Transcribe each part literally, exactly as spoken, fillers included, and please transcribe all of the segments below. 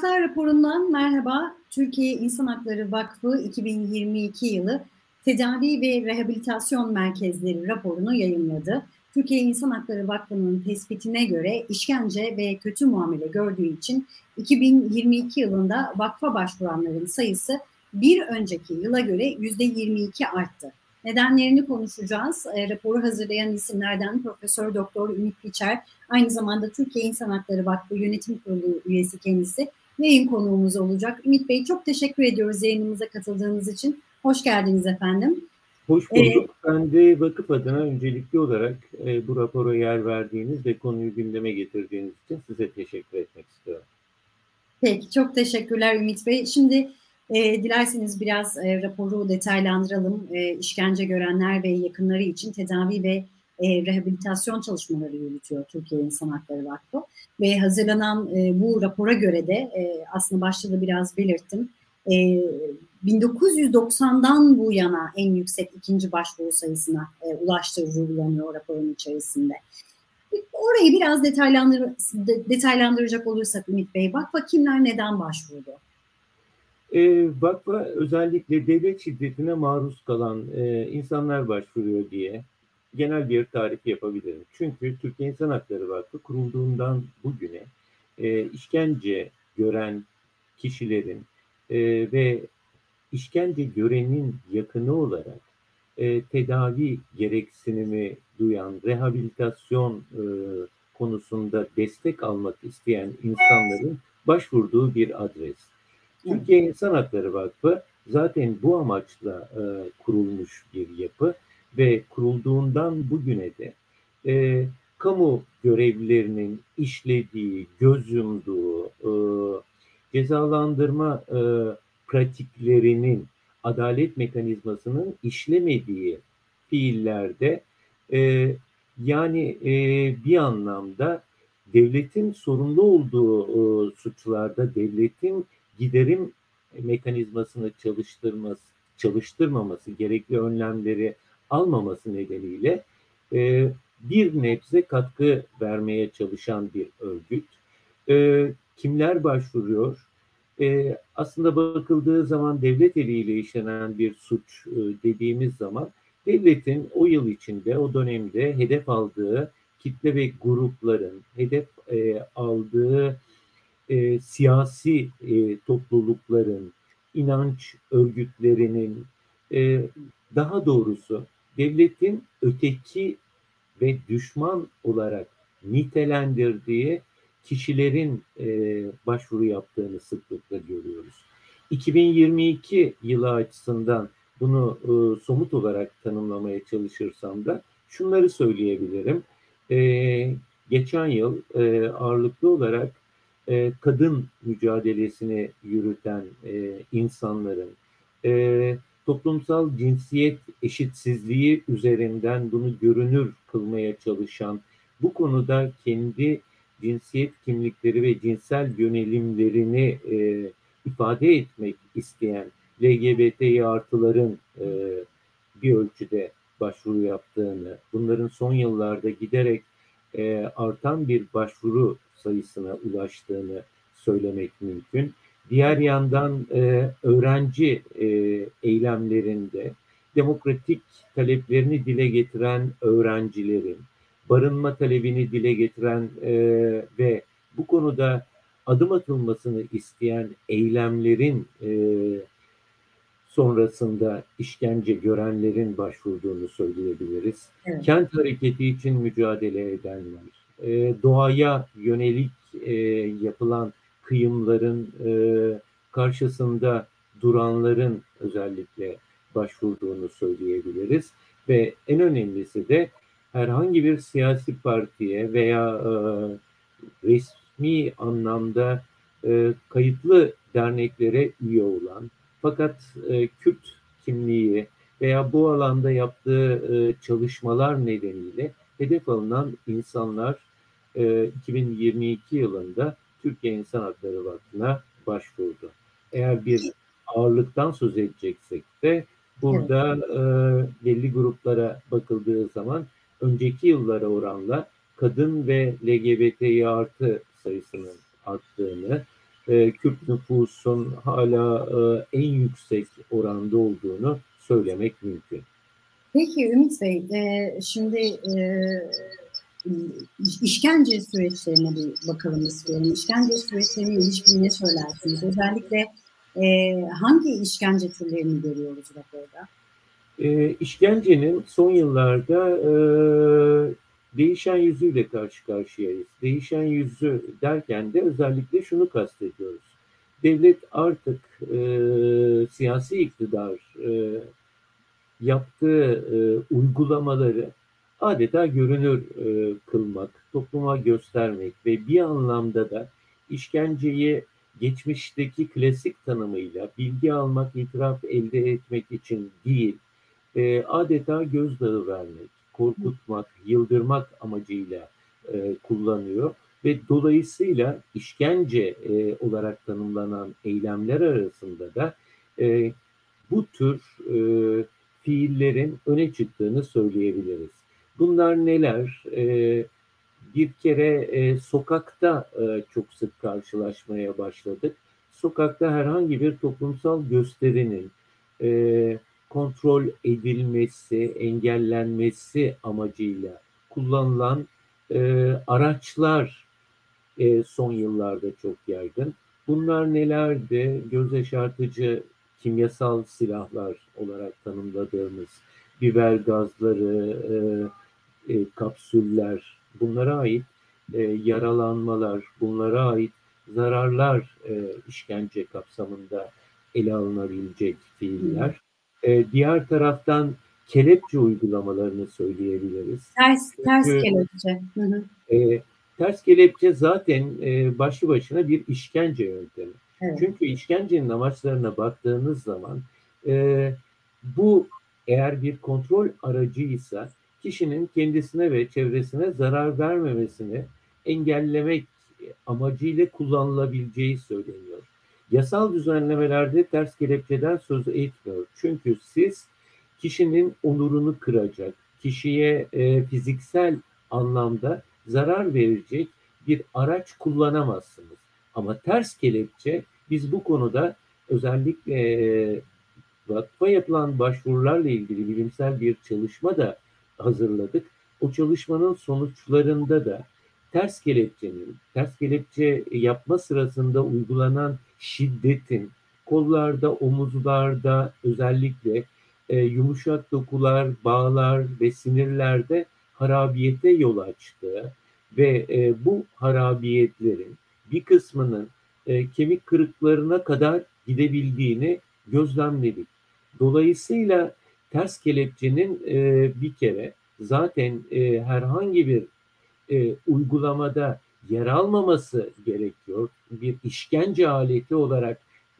Haklar raporundan merhaba. Türkiye İnsan Hakları Vakfı iki bin yirmi iki yılı Tedavi ve Rehabilitasyon Merkezleri raporunu yayımladı. Türkiye İnsan Hakları Vakfı'nın tespitine göre işkence ve kötü muamele gördüğü için iki bin yirmi iki yılında vakfa başvuranların sayısı bir önceki yıla göre yüzde yirmi iki arttı. Nedenlerini konuşacağız. E, raporu hazırlayan isimlerden Profesör Doktor Ümit Biçer, aynı zamanda Türkiye İnsan Hakları Vakfı Yönetim Kurulu üyesi kendisi, yayın konuğumuz olacak. Ümit Bey, çok teşekkür ediyoruz yayınımıza katıldığınız için. Hoş geldiniz efendim. Hoş bulduk. Ee, ben de vakıf adına öncelikli olarak e, bu rapora yer verdiğiniz ve konuyu gündeme getirdiğiniz için size teşekkür etmek istiyorum. Peki, çok teşekkürler Ümit Bey. Şimdi e, dilerseniz biraz e, raporu detaylandıralım. E, işkence görenler ve yakınları için tedavi ve e, rehabilitasyon çalışmaları yürütüyor Türkiye İnsan Hakları Vakfı. Ve hazırlanan e, bu rapora göre de e, aslında başta da biraz belirttim. E, bin dokuz yüz doksandan bu yana en yüksek ikinci başvuru sayısına e, ulaştığı vurgulanıyor raporun içerisinde. Orayı biraz detaylandır, detaylandıracak olursak Ümit Bey, vakfa kimler neden başvurdu? E, vakfa özellikle devlet şiddetine maruz kalan e, insanlar başvuruyor diye genel bir tarif yapabilirim. Çünkü Türkiye İnsan Hakları Vakfı kurulduğundan bugüne e, işkence gören kişilerin e, ve işkence görenin yakını olarak e, tedavi gereksinimi duyan, rehabilitasyon e, konusunda destek almak isteyen insanların başvurduğu bir adres. Evet. Türkiye İnsan Hakları Vakfı zaten bu amaçla e, kurulmuş bir yapı ve kurulduğundan bugüne de e, kamu görevlilerinin işlediği, göz yumduğu, e, cezalandırma e, pratiklerinin, adalet mekanizmasının işlemediği fiillerde e, yani e, bir anlamda devletin sorumlu olduğu e, suçlarda devletin giderim mekanizmasını çalıştırması, çalıştırmaması, gerekli önlemleri almaması nedeniyle e, bir nebze katkı vermeye çalışan bir örgüt. E, kimler başvuruyor? E, aslında bakıldığı zaman devlet eliyle işlenen bir suç e, dediğimiz zaman devletin o yıl içinde, o dönemde hedef aldığı kitle ve grupların, hedef e, aldığı e, siyasi e, toplulukların, inanç örgütlerinin, e, daha doğrusu devletin öteki ve düşman olarak nitelendirdiği kişilerin e, başvuru yaptığını sıklıkla görüyoruz. iki bin yirmi iki yılı açısından bunu e, somut olarak tanımlamaya çalışırsam da şunları söyleyebilirim. E, geçen yıl e, ağırlıklı olarak e, kadın mücadelesini yürüten e, insanların, e, toplumsal cinsiyet eşitsizliği üzerinden bunu görünür kılmaya çalışan, bu konuda kendi cinsiyet kimlikleri ve cinsel yönelimlerini e, ifade etmek isteyen L G B T artıların e, bir ölçüde başvuru yaptığını, bunların son yıllarda giderek e, artan bir başvuru sayısına ulaştığını söylemek mümkün. Diğer yandan e, öğrenci e, eylemlerinde demokratik taleplerini dile getiren öğrencilerin, barınma talebini dile getiren e, ve bu konuda adım atılmasını isteyen eylemlerin e, sonrasında işkence görenlerin başvurduğunu söyleyebiliriz. Evet. Kent hareketi için mücadele edenler, e, doğaya yönelik e, yapılan kıyımların e, karşısında duranların özellikle başvurduğunu söyleyebiliriz. Ve en önemlisi de herhangi bir siyasi partiye veya e, resmi anlamda e, kayıtlı derneklere üye olan fakat e, Kürt kimliği veya bu alanda yaptığı e, çalışmalar nedeniyle hedef alınan insanlar e, iki bin yirmi iki yılında Türkiye İnsan Hakları Vakfı'na başvurdu. Eğer bir ağırlıktan söz edeceksek de burada e, belli gruplara bakıldığı zaman önceki yıllara oranla kadın ve L G B T İ artı sayısının arttığını, e, Kürt nüfusun hala e, en yüksek oranda olduğunu söylemek mümkün. Peki Ümit Bey, e, şimdi e, işkence süreçlerine bir bakalım istiyorum. İşkence süreçlerine ilişkin ne söylersiniz? Özellikle e, hangi işkence türlerini görüyoruz raporda? E, işkencenin son yıllarda e, değişen yüzüyle karşı karşıyayız. Değişen yüzü derken de özellikle şunu kastediyoruz. Devlet artık e, siyasi iktidar e, yaptığı e, uygulamaları adeta görünür e, kılmak, topluma göstermek ve bir anlamda da işkenceyi geçmişteki klasik tanımıyla bilgi almak, itiraf elde etmek için değil, e, adeta gözdağı vermek, korkutmak, yıldırmak amacıyla e, kullanıyor ve dolayısıyla işkence e, olarak tanımlanan eylemler arasında da e, bu tür e, fiillerin öne çıktığını söyleyebiliriz. Bunlar neler? E, bir kere e, sokakta e, çok sık karşılaşmaya başladık. Sokakta herhangi bir toplumsal gösterinin e, kontrol edilmesi, engellenmesi amacıyla kullanılan e, araçlar e, son yıllarda çok yaygın. Bunlar nelerdi? Göz yaşartıcı kimyasal silahlar olarak tanımladığımız biber gazları, e, e, kapsüller, bunlara ait e, yaralanmalar, bunlara ait zararlar e, işkence kapsamında ele alınabilecek Hı hı. fiiller. E, diğer taraftan kelepçe uygulamalarını söyleyebiliriz. Ters, ters Çünkü kelepçe. Hı hı. e, ters kelepçe zaten e, başlı başına bir işkence yöntemi. Evet. Çünkü işkencenin amaçlarına baktığınız zaman e, bu eğer bir kontrol aracıysa kişinin kendisine ve çevresine zarar vermemesini engellemek amacıyla kullanılabileceği söyleniyor. Yasal düzenlemelerde ters kelepçeden söz etmiyor. Çünkü siz kişinin onurunu kıracak, kişiye e, fiziksel anlamda zarar verecek bir araç kullanamazsınız. Ama ters kelepçe biz bu konuda özellikle e, vakfa yapılan başvurularla ilgili bilimsel bir çalışma da hazırladık. O çalışmanın sonuçlarında da ters kelepçenin, ters kelepçe yapma sırasında uygulanan şiddetin kollarda, omuzlarda özellikle e, yumuşak dokular, bağlar ve sinirlerde harabiyete yol açtığı ve e, bu harabiyetlerin bir kısmının e, kemik kırıklarına kadar gidebildiğini gözlemledik. Dolayısıyla ters kelepçenin e, bir kere zaten e, herhangi bir e, uygulamada yer almaması gerekiyor. Bir işkence aleti olarak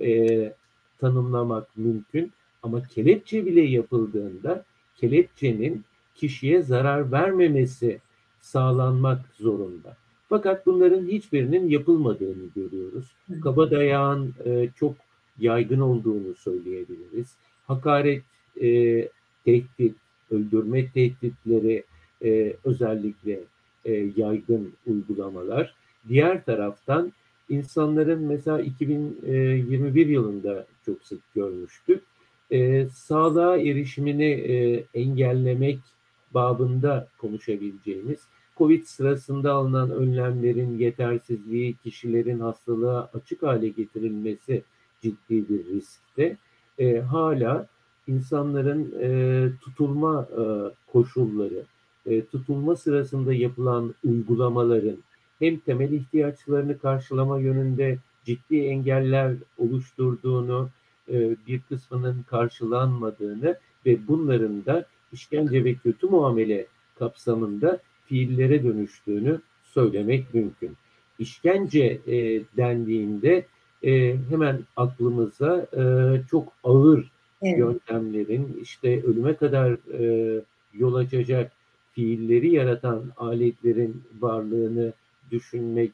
e, tanımlamak mümkün. Ama kelepçe bile yapıldığında kelepçenin kişiye zarar vermemesi sağlanmak zorunda. Fakat bunların hiçbirinin yapılmadığını görüyoruz. Kabadayağın e, çok yaygın olduğunu söyleyebiliriz. Hakaret, e, tehdit, öldürme tehditleri e, özellikle e, yaygın uygulamalar. Diğer taraftan insanların mesela iki bin yirmi bir yılında çok sık görmüştük. E, sağlığa erişimini e, engellemek babında konuşabileceğimiz Covid sırasında alınan önlemlerin yetersizliği, kişilerin hastalığa açık hale getirilmesi ciddi bir riskte. E, hala insanların e, tutulma e, koşulları, e, tutulma sırasında yapılan uygulamaların hem temel ihtiyaçlarını karşılama yönünde ciddi engeller oluşturduğunu, e, bir kısmının karşılanmadığını ve bunların da işkence ve kötü muamele kapsamında fiillere dönüştüğünü söylemek mümkün. İşkence e, dendiğinde e, hemen aklımıza e, çok ağır Evet. yöntemlerin işte ölüme kadar e, yol açacak fiilleri yaratan aletlerin varlığını düşünmek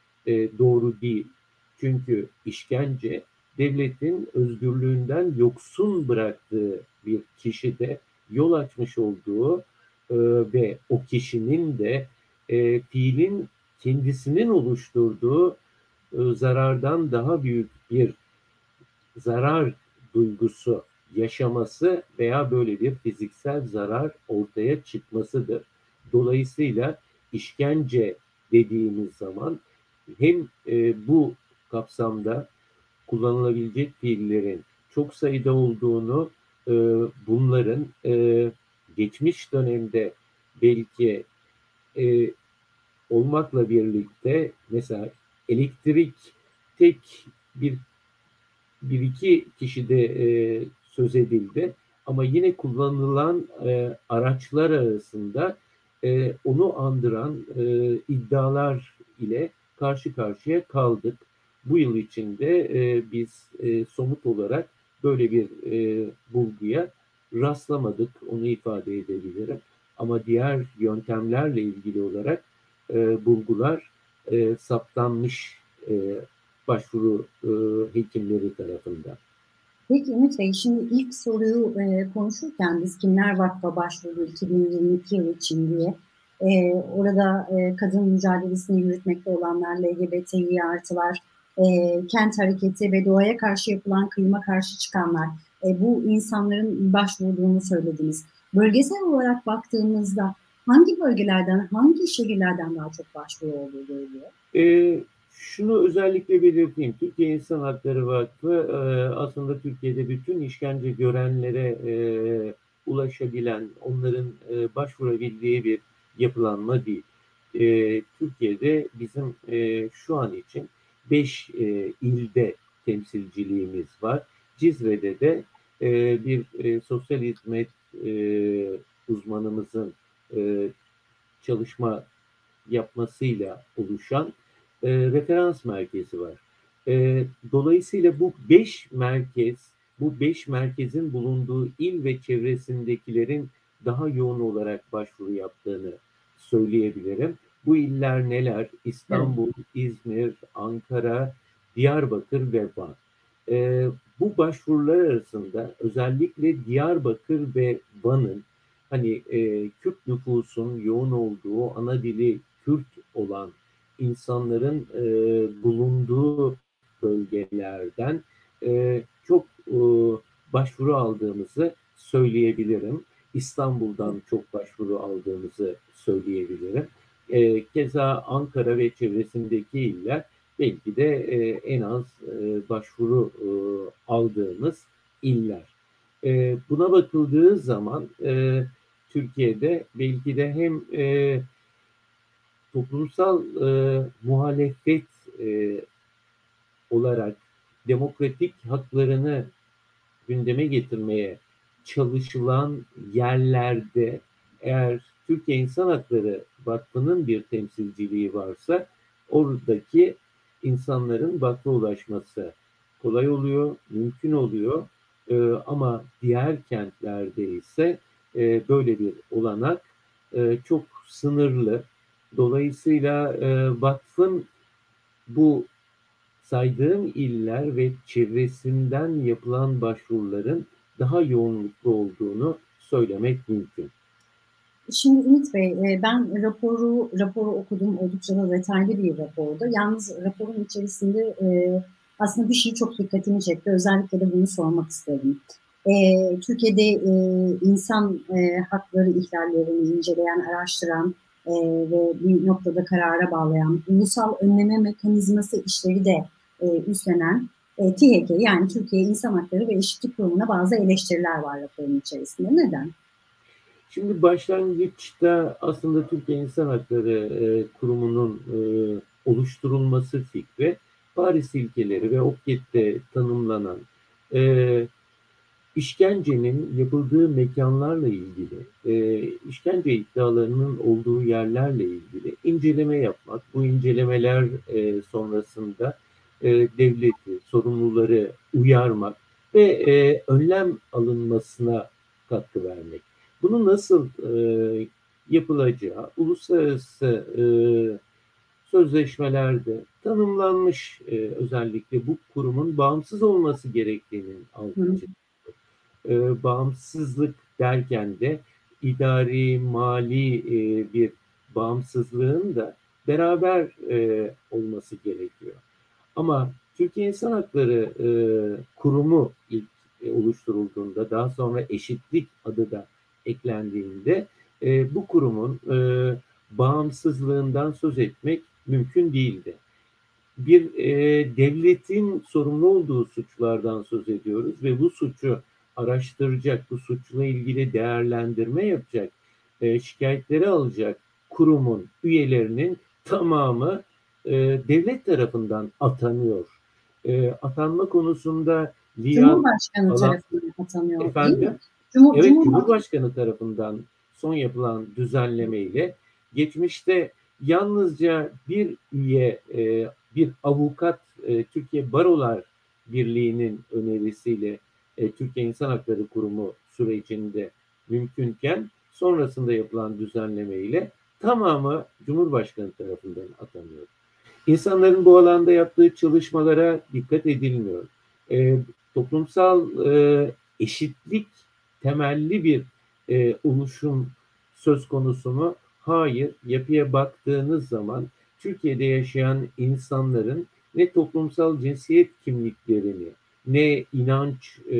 e, doğru değil. Çünkü işkence devletin özgürlüğünden yoksun bıraktığı bir kişide yol açmış olduğu e, ve o kişinin de e, fiilin kendisinin oluşturduğu e, e, zarardan daha büyük bir zarar duygusu yaşaması veya böyle bir fiziksel zarar ortaya çıkmasıdır. Dolayısıyla işkence dediğimiz zaman hem e, bu kapsamda kullanılabilecek fiillerin çok sayıda olduğunu, e, bunların e, geçmiş dönemde belki e, olmakla birlikte mesela elektrik tek bir bir iki kişide e, söz edildi ama yine kullanılan e, araçlar arasında e, onu andıran e, iddialar ile karşı karşıya kaldık. Bu yıl içinde e, biz e, somut olarak böyle bir e, bulguya rastlamadık, onu ifade edebilirim. Ama diğer yöntemlerle ilgili olarak e, bulgular e, saptanmış e, başvuru e, hekimleri tarafından. Peki Ümit Bey, şimdi ilk soruyu e, konuşurken biz Kimler Vakfı'na başvurdu iki bin yirmi iki yılı için diye e, orada e, kadın mücadelesini yürütmekte olanlar, L G B T İ artılar, e, kent hareketi ve doğaya karşı yapılan kıyıma karşı çıkanlar, e, bu insanların başvurduğunu söylediniz. Bölgesel olarak baktığımızda hangi bölgelerden, hangi şehirlerden daha çok başvuru olduğu görülüyor? E, Şunu özellikle belirteyim. Türkiye İnsan Hakları Vakfı e, aslında Türkiye'de bütün işkence görenlere e, ulaşabilen, onların e, başvurabildiği bir yapılanma değil. E, Türkiye'de bizim e, şu an için beş e, ilde temsilciliğimiz var. Cizre'de de e, bir e, sosyal hizmet e, uzmanımızın e, çalışma yapmasıyla oluşan e, referans merkezi var. E, dolayısıyla bu beş merkez, bu beş merkezin bulunduğu il ve çevresindekilerin daha yoğun olarak başvuru yaptığını söyleyebilirim. Bu iller neler? Evet. İstanbul, İzmir, Ankara, Diyarbakır ve Van. E, Bu başvurular arasında özellikle Diyarbakır ve Van'ın hani e, Kürt nüfusun yoğun olduğu, ana dili Kürt olan insanların e, bulunduğu bölgelerden e, çok e, başvuru aldığımızı söyleyebilirim. İstanbul'dan çok başvuru aldığımızı söyleyebilirim. E, keza Ankara ve çevresindeki iller belki de e, en az e, başvuru e, aldığımız iller. E, buna bakıldığı zaman e, Türkiye'de belki de hem e, toplumsal e, muhalefet e, olarak demokratik haklarını gündeme getirmeye çalışılan yerlerde eğer Türkiye İnsan Hakları Vakfı'nın bir temsilciliği varsa oradaki insanların vakfa ulaşması kolay oluyor, mümkün oluyor. Ee, ama diğer kentlerde ise e, böyle bir olanak e, çok sınırlı. Dolayısıyla e, vakfın bu saydığım iller ve çevresinden yapılan başvuruların daha yoğunluklu olduğunu söylemek mümkün. Şimdi Ümit Bey, e, ben raporu raporu okudum. Oldukça da detaylı bir rapordu. Yalnız raporun içerisinde e, aslında bir şey çok dikkatimi çekti. Özellikle de bunu sormak istedim. E, Türkiye'de e, insan e, hakları ihlallerini inceleyen, araştıran e, ve bir noktada karara bağlayan, ulusal önleme mekanizması işleri de e, üstlenen e, T H K, yani Türkiye İnsan Hakları ve Eşitlik Kurumu'na bazı eleştiriler var raporun içerisinde. Neden? Şimdi başlangıçta aslında Türkiye İnsan Hakları e, Kurumu'nun e, oluşturulması fikri Paris ilkeleri ve ODGED'de tanımlanan e, işkencenin yapıldığı mekanlarla ilgili, e, işkence iddialarının olduğu yerlerle ilgili inceleme yapmak, bu incelemeler e, sonrasında e, devleti, sorumluları uyarmak ve e, önlem alınmasına katkı vermek. Bunu nasıl e, yapılacağı uluslararası e, sözleşmelerde tanımlanmış, e, özellikle bu kurumun bağımsız olması gerektiğinin altı Hı. çizilmiş. E, bağımsızlık derken de idari, mali e, bir bağımsızlığın da beraber e, olması gerekiyor. Ama Türkiye İnsan Hakları e, Kurumu ilk e, oluşturulduğunda, daha sonra Eşitlik adı da eklendiğinde e, bu kurumun e, bağımsızlığından söz etmek mümkün değildi. Bir e, devletin sorumlu olduğu suçlardan söz ediyoruz ve bu suçu araştıracak, bu suçla ilgili değerlendirme yapacak, e, şikayetleri alacak kurumun üyelerinin tamamı e, devlet tarafından atanıyor. E, atanma konusunda liyan Cumhurbaşkanı alan tarafından atanıyor değil mi? efendim, Cumhur, evet, Cumhurbaşkanı. Cumhurbaşkanı tarafından son yapılan düzenlemeyle geçmişte yalnızca bir üye, e, bir avukat e, Türkiye Barolar Birliği'nin önerisiyle e, Türkiye İnsan Hakları Kurumu sürecinde mümkünken sonrasında yapılan düzenlemeyle tamamı Cumhurbaşkanı tarafından atanıyor. İnsanların bu alanda yaptığı çalışmalara dikkat edilmiyor. E, toplumsal e, eşitlik temelli bir e, oluşum söz konusu mu? Hayır. Yapıya baktığınız zaman Türkiye'de yaşayan insanların ne toplumsal cinsiyet kimliklerini, ne inanç, e,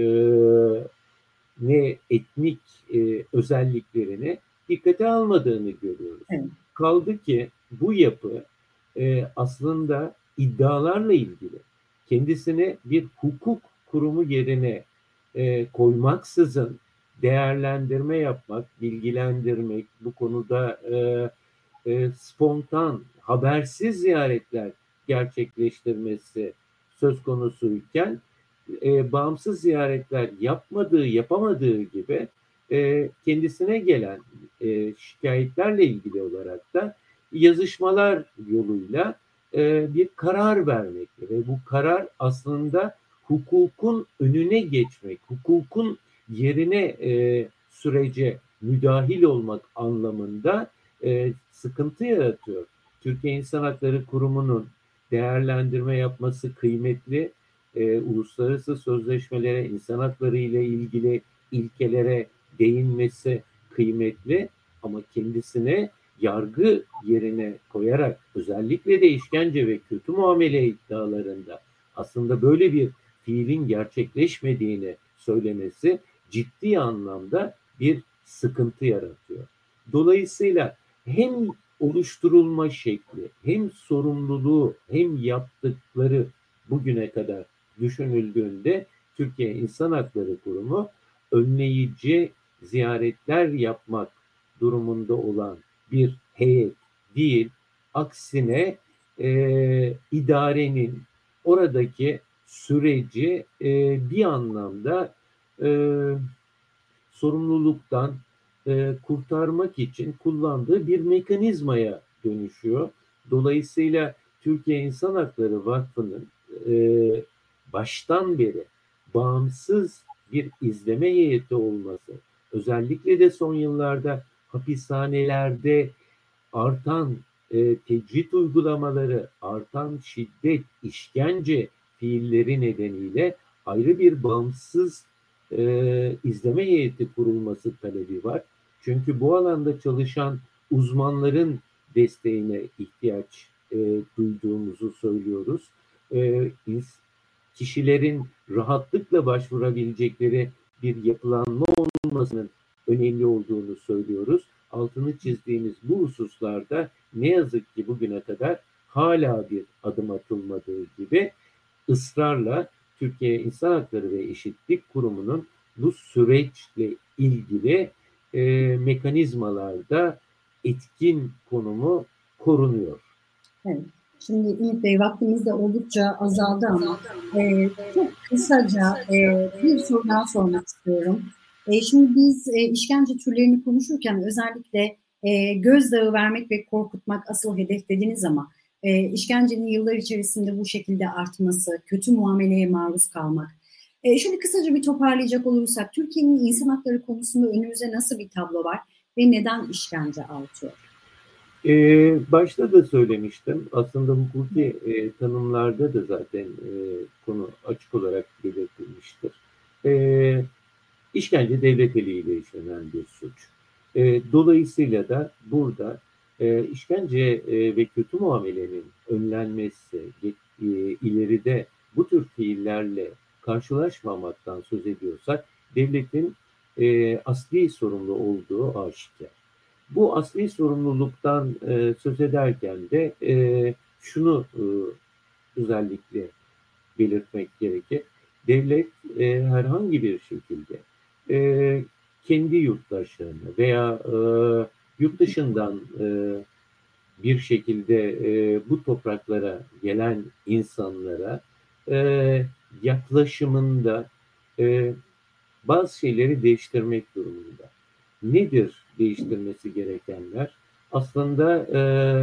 ne etnik e, özelliklerini dikkate almadığını görüyoruz. Evet. Kaldı ki bu yapı e, aslında iddialarla ilgili, kendisini bir hukuk kurumu yerine e, koymaksızın değerlendirme yapmak, bilgilendirmek, bu konuda e, e, spontan, habersiz ziyaretler gerçekleştirmesi söz konusuyken e, bağımsız ziyaretler yapmadığı, yapamadığı gibi e, kendisine gelen e, şikayetlerle ilgili olarak da yazışmalar yoluyla e, bir karar vermekte ve bu karar aslında hukukun önüne geçmek, hukukun yerine e, sürece müdahil olmak anlamında e, sıkıntı yaratıyor. Türkiye İnsan Hakları Kurumu'nun değerlendirme yapması kıymetli, e, uluslararası sözleşmelere, insan hakları ile ilgili ilkelere değinmesi kıymetli, ama kendisine yargı yerine koyarak, özellikle de işkence ve kötü muamele iddialarında aslında böyle bir fiilin gerçekleşmediğini söylemesi ciddi anlamda bir sıkıntı yaratıyor. Dolayısıyla hem oluşturulma şekli, hem sorumluluğu, hem yaptıkları bugüne kadar düşünüldüğünde Türkiye İnsan Hakları Kurumu önleyici ziyaretler yapmak durumunda olan bir heyet değil, aksine e, idarenin oradaki süreci e, bir anlamda e, sorumluluktan e, kurtarmak için kullandığı bir mekanizmaya dönüşüyor. Dolayısıyla Türkiye İnsan Hakları Vakfı'nın e, baştan beri bağımsız bir izleme heyeti olması, özellikle de son yıllarda hapishanelerde artan e, tecrit uygulamaları, artan şiddet, işkence fiilleri nedeniyle ayrı bir bağımsız e, izleme heyeti kurulması talebi var. Çünkü bu alanda çalışan uzmanların desteğine ihtiyaç e, duyduğumuzu söylüyoruz. E, kişilerin rahatlıkla başvurabilecekleri bir yapılanma olmasının önemli olduğunu söylüyoruz. Altını çizdiğimiz bu hususlarda ne yazık ki bugüne kadar hala bir adım atılmadığı gibi ısrarla Türkiye İnsan Hakları ve Eşitlik Kurumu'nun bu süreçle ilgili e, mekanizmalarda etkin konumu korunuyor. Evet. Şimdi Ümit Bey, vaktimiz de oldukça azaldı ama e, çok kısaca e, bir soru daha sormak istiyorum. E, şimdi biz e, işkence türlerini konuşurken özellikle e, gözdağı vermek ve korkutmak asıl hedef dediniz ama e, işkencenin yıllar içerisinde bu şekilde artması, kötü muameleye maruz kalmak. E, şöyle kısaca bir toparlayacak olursak, Türkiye'nin insan hakları konusunda önümüze nasıl bir tablo var ve neden işkence artıyor? Ee, başta da söylemiştim. Aslında hukuki e, tanımlarda da zaten e, konu açık olarak belirtilmiştir. E, işkence devlet eliyle işlenen bir suç. E, dolayısıyla da burada e, işkence e, ve kötü muamelenin önlenmesi, e, ileride bu tür fiillerle karşılaşmamaktan söz ediyorsak devletin e, asli sorumlu olduğu aşikar. Bu asli sorumluluktan e, söz ederken de e, şunu e, özellikle belirtmek gerekir. Devlet e, herhangi bir şekilde e, kendi yurttaşlarını veya e, yurt dışından e, bir şekilde e, bu topraklara gelen insanlara e, yaklaşımında e, bazı şeyleri değiştirmek durumunda. Nedir değiştirmesi gerekenler? Aslında e,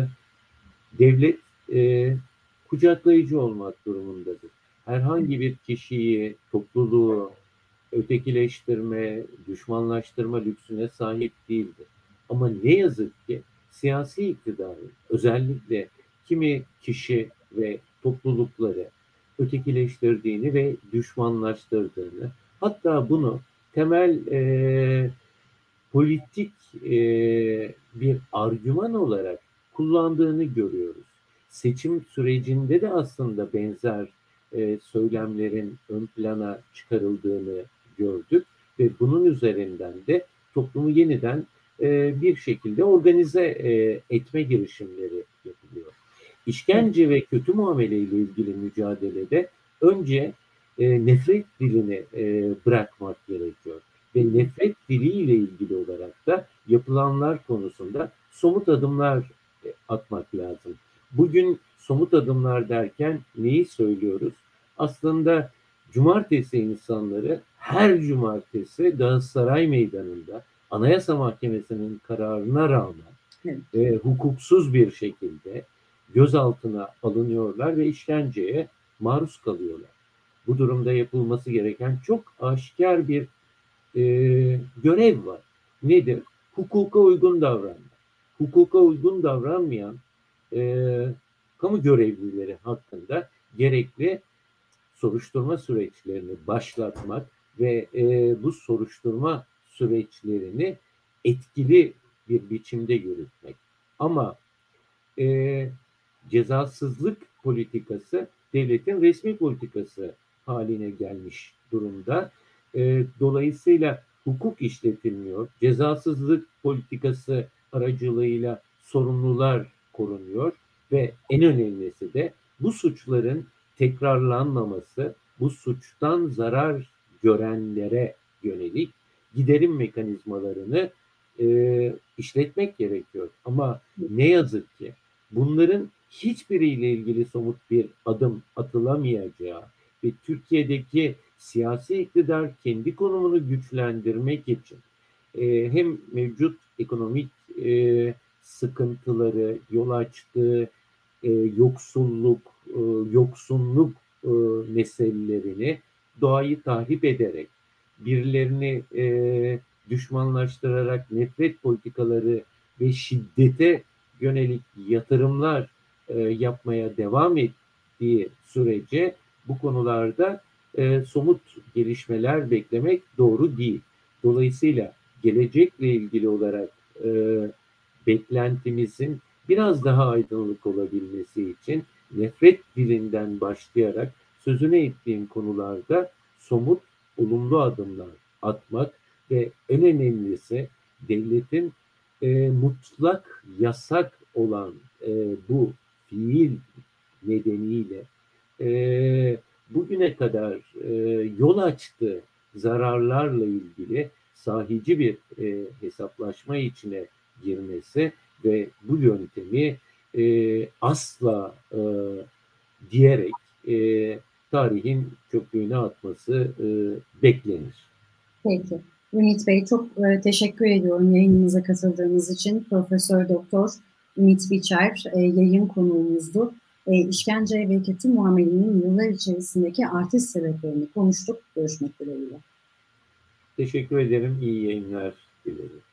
devlet e, kucaklayıcı olmak durumundadır. Herhangi bir kişiyi, topluluğu ötekileştirme, düşmanlaştırma lüksüne sahip değildir. Ama ne yazık ki siyasi iktidarın özellikle kimi kişi ve toplulukları ötekileştirdiğini ve düşmanlaştırdığını, hatta bunu temel e, politik e, bir argüman olarak kullandığını görüyoruz. Seçim sürecinde de aslında benzer e, söylemlerin ön plana çıkarıldığını gördük ve bunun üzerinden de toplumu yeniden e, bir şekilde organize e, etme girişimleri yapılıyor. İşkence ve kötü muamele ile ilgili mücadelede önce e, nefret dilini e, bırakmak gerekiyor ve nefret diliyle ilgili olarak da yapılanlar konusunda somut adımlar e, atmak lazım. Bugün somut adımlar derken neyi söylüyoruz? Aslında cumartesi insanları her cumartesi Galatasaray Meydanı'nda Anayasa Mahkemesi'nin kararına rağmen evet. e, hukuksuz bir şekilde gözaltına alınıyorlar ve işkenceye maruz kalıyorlar. Bu durumda yapılması gereken çok aşikar bir e, görev var. Nedir? Hukuka uygun davranmak. Hukuka uygun davranmayan e, kamu görevlileri hakkında gerekli soruşturma süreçlerini başlatmak ve e, bu soruşturma süreçlerini etkili bir biçimde yürütmek. Ama e, cezasızlık politikası devletin resmi politikası haline gelmiş durumda. E, dolayısıyla hukuk işletilmiyor. Cezasızlık politikası aracılığıyla sorumlular korunuyor ve en önemlisi de bu suçların tekrarlanmaması, bu suçtan zarar görenlere yönelik giderim mekanizmalarını e, işletmek gerekiyor. Ama ne yazık ki bunların hiçbiriyle ilgili somut bir adım atılamayacağı ve Türkiye'deki siyasi iktidar kendi konumunu güçlendirmek için e, hem mevcut ekonomik e, sıkıntıları, yol açtığı e, yoksulluk, e, yoksunluk e, meselelerini doğayı tahrip ederek, birilerini e, düşmanlaştırarak nefret politikaları ve şiddete yönelik yatırımlar e, yapmaya devam ettiği sürece bu konularda e, somut gelişmeler beklemek doğru değil. Dolayısıyla gelecekle ilgili olarak e, beklentimizin biraz daha aydınlık olabilmesi için nefret dilinden başlayarak sözüne ettiğim konularda somut, olumlu adımlar atmak ve en önemlisi devletin e, mutlak yasak olan e, bu fiil nedeniyle e, bugüne kadar e, yol açtığı zararlarla ilgili sahici bir e, hesaplaşma içine girmesi ve bu yöntemi e, asla e, diyerek e, tarihin çöplüğüne atması e, beklenir. Peki. Ümit Bey çok e, teşekkür ediyorum yayınımıza katıldığınız için. Profesör Doktor Ümit Biçer e, yayın konuğumuzdu. E, işkence ve kötü muamelenin yıllar içerisindeki artış sebeplerini konuştuk. Görüşmek dileğiyle. Teşekkür ederim. İyi yayınlar dilerim.